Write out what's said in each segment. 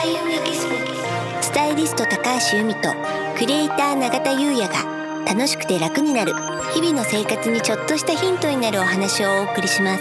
開運エキスポ。スタイリスト高橋由美とクリエイター永田優也が楽しくて楽になる日々の生活にちょっとしたヒントになるお話をお送りします。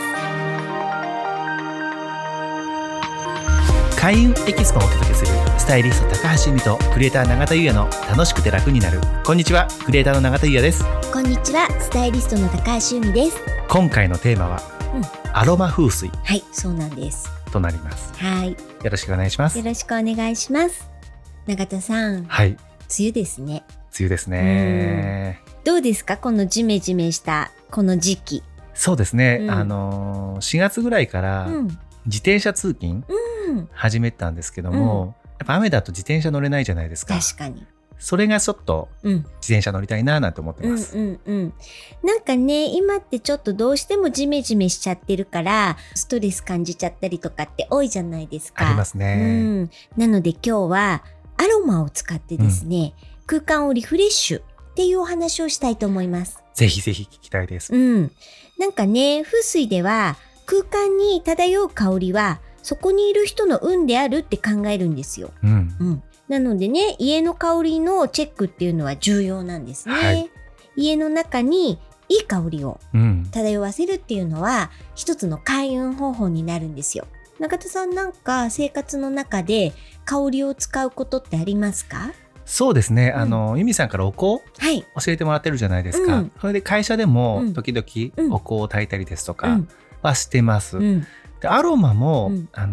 開運エキスポをお届けするスタイリスト高橋由美とクリエイター永田優也の楽しくて楽になる。こんにちは、クリエイターの永田優也です。 こんにちは、スタイリストの高橋由美です。 今回のテーマは、アロマ風水。 はい、そうなんですとなります。 はい、 よろしくお願いします。 よろしくお願いします。永田さん、 はい、梅雨ですね。 雨ですね。 どうですか、このジメジメしたこの時期。 そうですね、4月ぐらいから自転車通勤始めたんですけども、やっぱ雨だと自転車乗れないじゃないですか。 確かに。 それがちょっと自転車乗りたいななんて思ってます。 なんかね、今ってちょっとどうしてもジメジメしちゃってるからストレス感じちゃったりとかって多いじゃないですか。 ありますね。 なので今日はアロマを使ってですね、空間をリフレッシュっていうお話をしたいと思います。 ぜひぜひ聞きたいです。 なんかね、風水では空間に漂う香りはそこにいる人の運であるって考えるんですよ。なのでね、家の香りのチェックっていうのは重要なんですね。家の中にいい香りを漂わせるっていうのは一つの開運方法になるんですよ。中田さん、なんか生活の中で香りを使うことってありますか？ そうですね、由美さんからお香、教えてもらってるじゃないですか。それで会社でも時々お香を焚いたりですとかはしてます。でアロマも、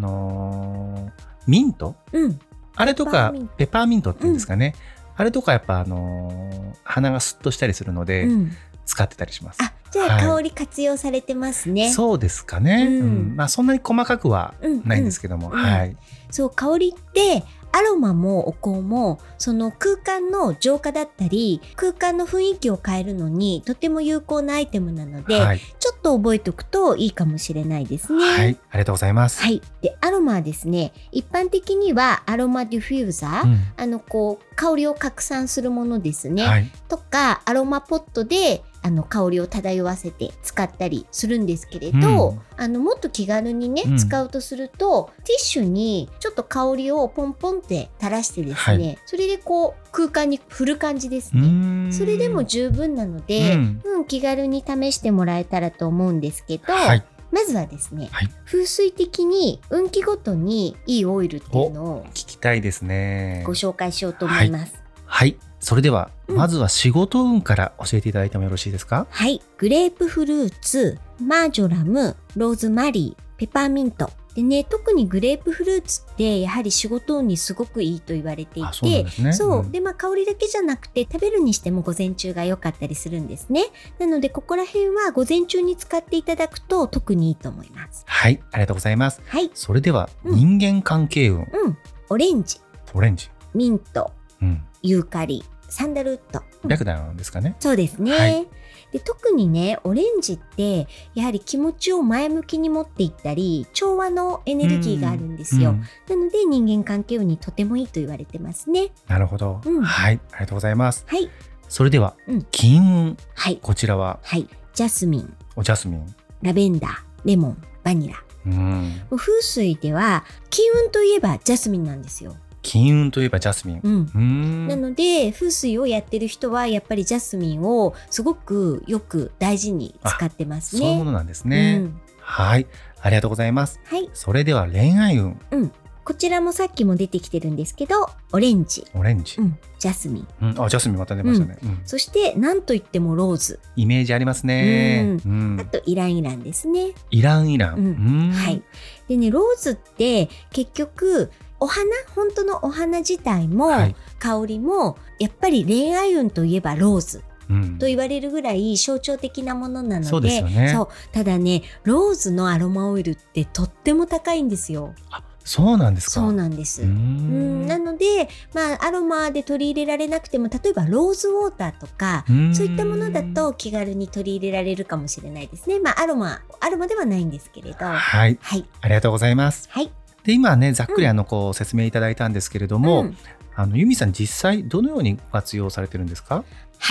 ミント、あれとかペパーミントっていうんですかね、あれとかやっぱ鼻がスッとしたりするので、使ってたりします。 じゃあ香り活用されてますね。 そうですかね。そんなに細かくはないんですけども、 そう、香りってアロマもお香もその空間の浄化だったり空間の雰囲気を変えるのにとても有効なアイテムなので、ちょっと覚えておくといいかもしれないですね。 ありがとうございます。 でアロマはですね、一般的にはアロマディフューザー、こう香りを拡散するものですね、とかアロマポットで香りを漂わせて使ったりするんですけれど、もっと気軽にね、使うとするとティッシュにちょっと香りをポンポンって垂らしてですね、それでこう空間に振る感じですね。それでも十分なので、気軽に試してもらえたらと思うんですけど、まずはですね、風水的に運気ごとにいいオイルっていうのを聞きたいですね。 ご紹介しようと思います。 それでは、まずは仕事運から教えていただいてもよろしいですか？ グレープフルーツ、マージョラム、ローズマリー、ペパーミントでね、特にグレープフルーツってやはり仕事運にすごくいいと言われていて、で香りだけじゃなくて食べるにしても午前中が良かったりするんですね。なのでここら辺は午前中に使っていただくと特にいいと思います。 ありがとうございます。それでは、人間関係運、 オレンジ、ミント、ユーカリ、サンダルウッド、 白檀ですかね。そうですね。で特にね、オレンジってやはり気持ちを前向きに持っていったり調和のエネルギーがあるんですよ。なので人間関係運にとてもいいと言われてますね。 なるほど。ありがとうございます。それでは、金運、こちらは、 ジャスミン、ラベンダー、レモン、バニラ。風水では金運といえばジャスミンなんですよ。 金運といえばジャスミン、 なので風水をやってる人はやっぱりジャスミンをすごくよく大事に使ってますね。 そういうものなんですね。ありがとうございます。それでは恋愛運、 こちらもさっきも出てきてるんですけど、オレンジ、ジャスミン、 ジャスミンまた出ましたね。 そして何といってもローズ、 イメージありますね。 あとイランですね。でね、ローズって結局本当のお花自体も、香りもやっぱり恋愛運といえばローズと言われるぐらい象徴的なものなので、ただね、ローズのアロマオイルってとっても高いんですよ。 そうなんですか？ そうなんです。なので、アロマで取り入れられなくても、例えばローズウォーターとかそういったものだと気軽に取り入れられるかもしれないですね。アロマではないんですけれど。ありがとうございます。で今ね、ざっくり説明いただいたんですけれども、由美さん実際どのように活用されてるんですか？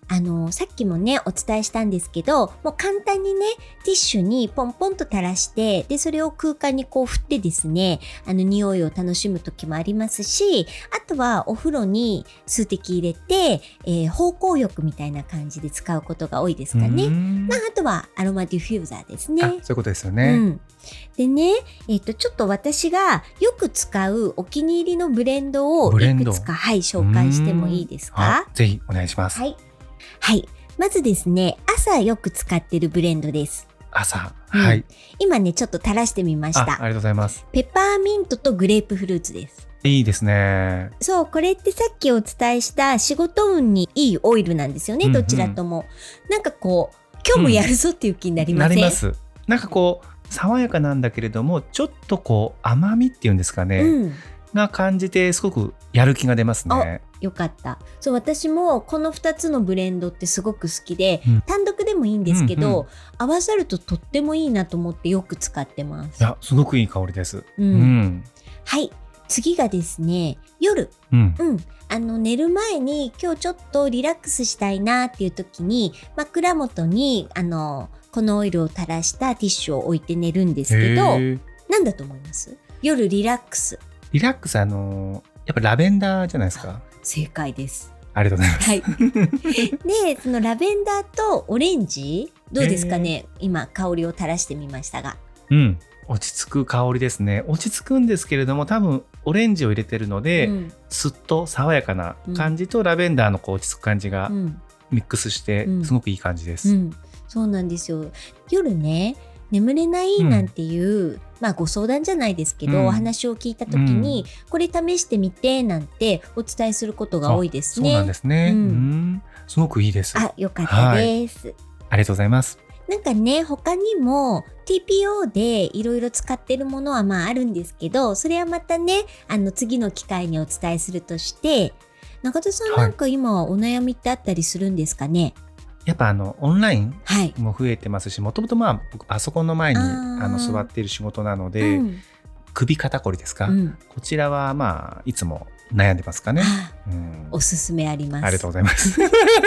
さっきもねお伝えしたんですけど、もう簡単にねティッシュにポンポンと垂らして、でそれを空間にこう振ってですね、匂いを楽しむ時もありますし、あとはお風呂に数滴入れて、芳香浴みたいな感じで使うことが多いですかね。あとはアロマディフューザーですね。 そういうことですよね。 でね、ちょっと私がよく使うお気に入りのブレンドをいくつか紹介してもいいですか？ ぜひお願いします。 はい。まずですね、朝よく使ってるブレンドです。 朝。 今ね、ちょっと垂らしてみました。 ありがとうございます。 ペッパーミントとグレープフルーツです。 いいですね。 そう、これってさっきお伝えした仕事運にいいオイルなんですよね、どちらとも。なんかこう、今日もやるぞっていう気になりません？ なります。なんかこう、爽やかなんだけれども、ちょっとこう、甘みっていうんですかね。が感じてすごくやる気が出ますね。 よかった。そう、私もこの2つのブレンドってすごく好きで、単独でもいいんですけど、合わさるととってもいいなと思ってよく使ってます。 いや、すごくいい香りです。 はい。次がですね、夜。寝る前に今日ちょっとリラックスしたいなっていう時に、枕元にこのオイルを垂らしたティッシュを置いて寝るんですけど、なんだと思います？夜リラックス。 リラックス、やっぱラベンダーじゃないですか。 正解です。 ありがとうございます。 はい。で、そのラベンダーとオレンジ、どうですかね？今香りを垂らしてみましたが。 落ち着く香りですね。落ち着くんですけれども、多分オレンジを入れてるので、すっと爽やかな感じとラベンダーのこう落ち着く感じがミックスして、すごくいい感じです。 そうなんですよ。夜ね、眠れないなんていう、ご相談じゃないですけど、お話を聞いた時に、これ試してみてなんてお伝えすることが多いですね。 そうなんですね。すごくいいです。 よかったです。 ありがとうございます。 なんかね、他にも TPO でいろいろ使ってるものはあるんですけど、それはまたね、次の機会にお伝えするとして、中田さんなんか今お悩みってあったりするんですかね？ やっぱオンラインも増えてますし、もともと僕パソコンの前に座っている仕事なので、首肩こりですか、こちらはいつも悩んでますかね。 おすすめあります。 ありがとうございます。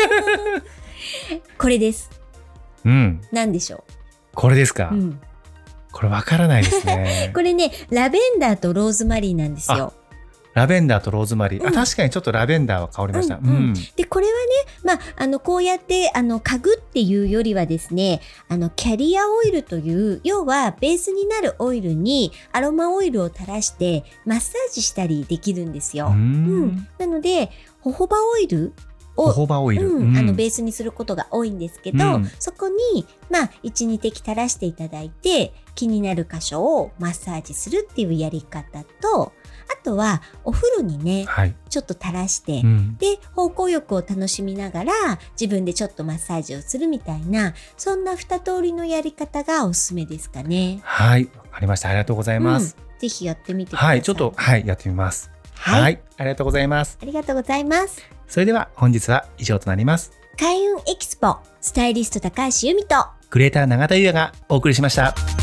これです。何でしょう？ これですか？これわからないですね。 これね、ラベンダーとローズマリーなんですよ。 ラベンダーとローズマリー、確かにちょっとラベンダーは香りました。 でこれはね、こうやって家具っていうよりはですね、キャリアオイルという要はベースになるオイルにアロマオイルを垂らしてマッサージしたりできるんですよ。なのでホホバオイルをベースにすることが多いんですけど、そこに1、2滴垂らしていただいて気になる箇所をマッサージするっていうやり方と、あとはお風呂にね、ちょっと垂らして、で芳香浴を楽しみながら自分でちょっとマッサージをするみたいな、そんな2通りのやり方がおすすめですかね。 はい、わかりました。ありがとうございます。 ぜひやってみてください。 ちょっとやってみます。ありがとうございます。 ありがとうございます。 それでは本日は以上となります。 開運エキスポスタイリスト高橋由美とクリエイター永田優也がお送りしました。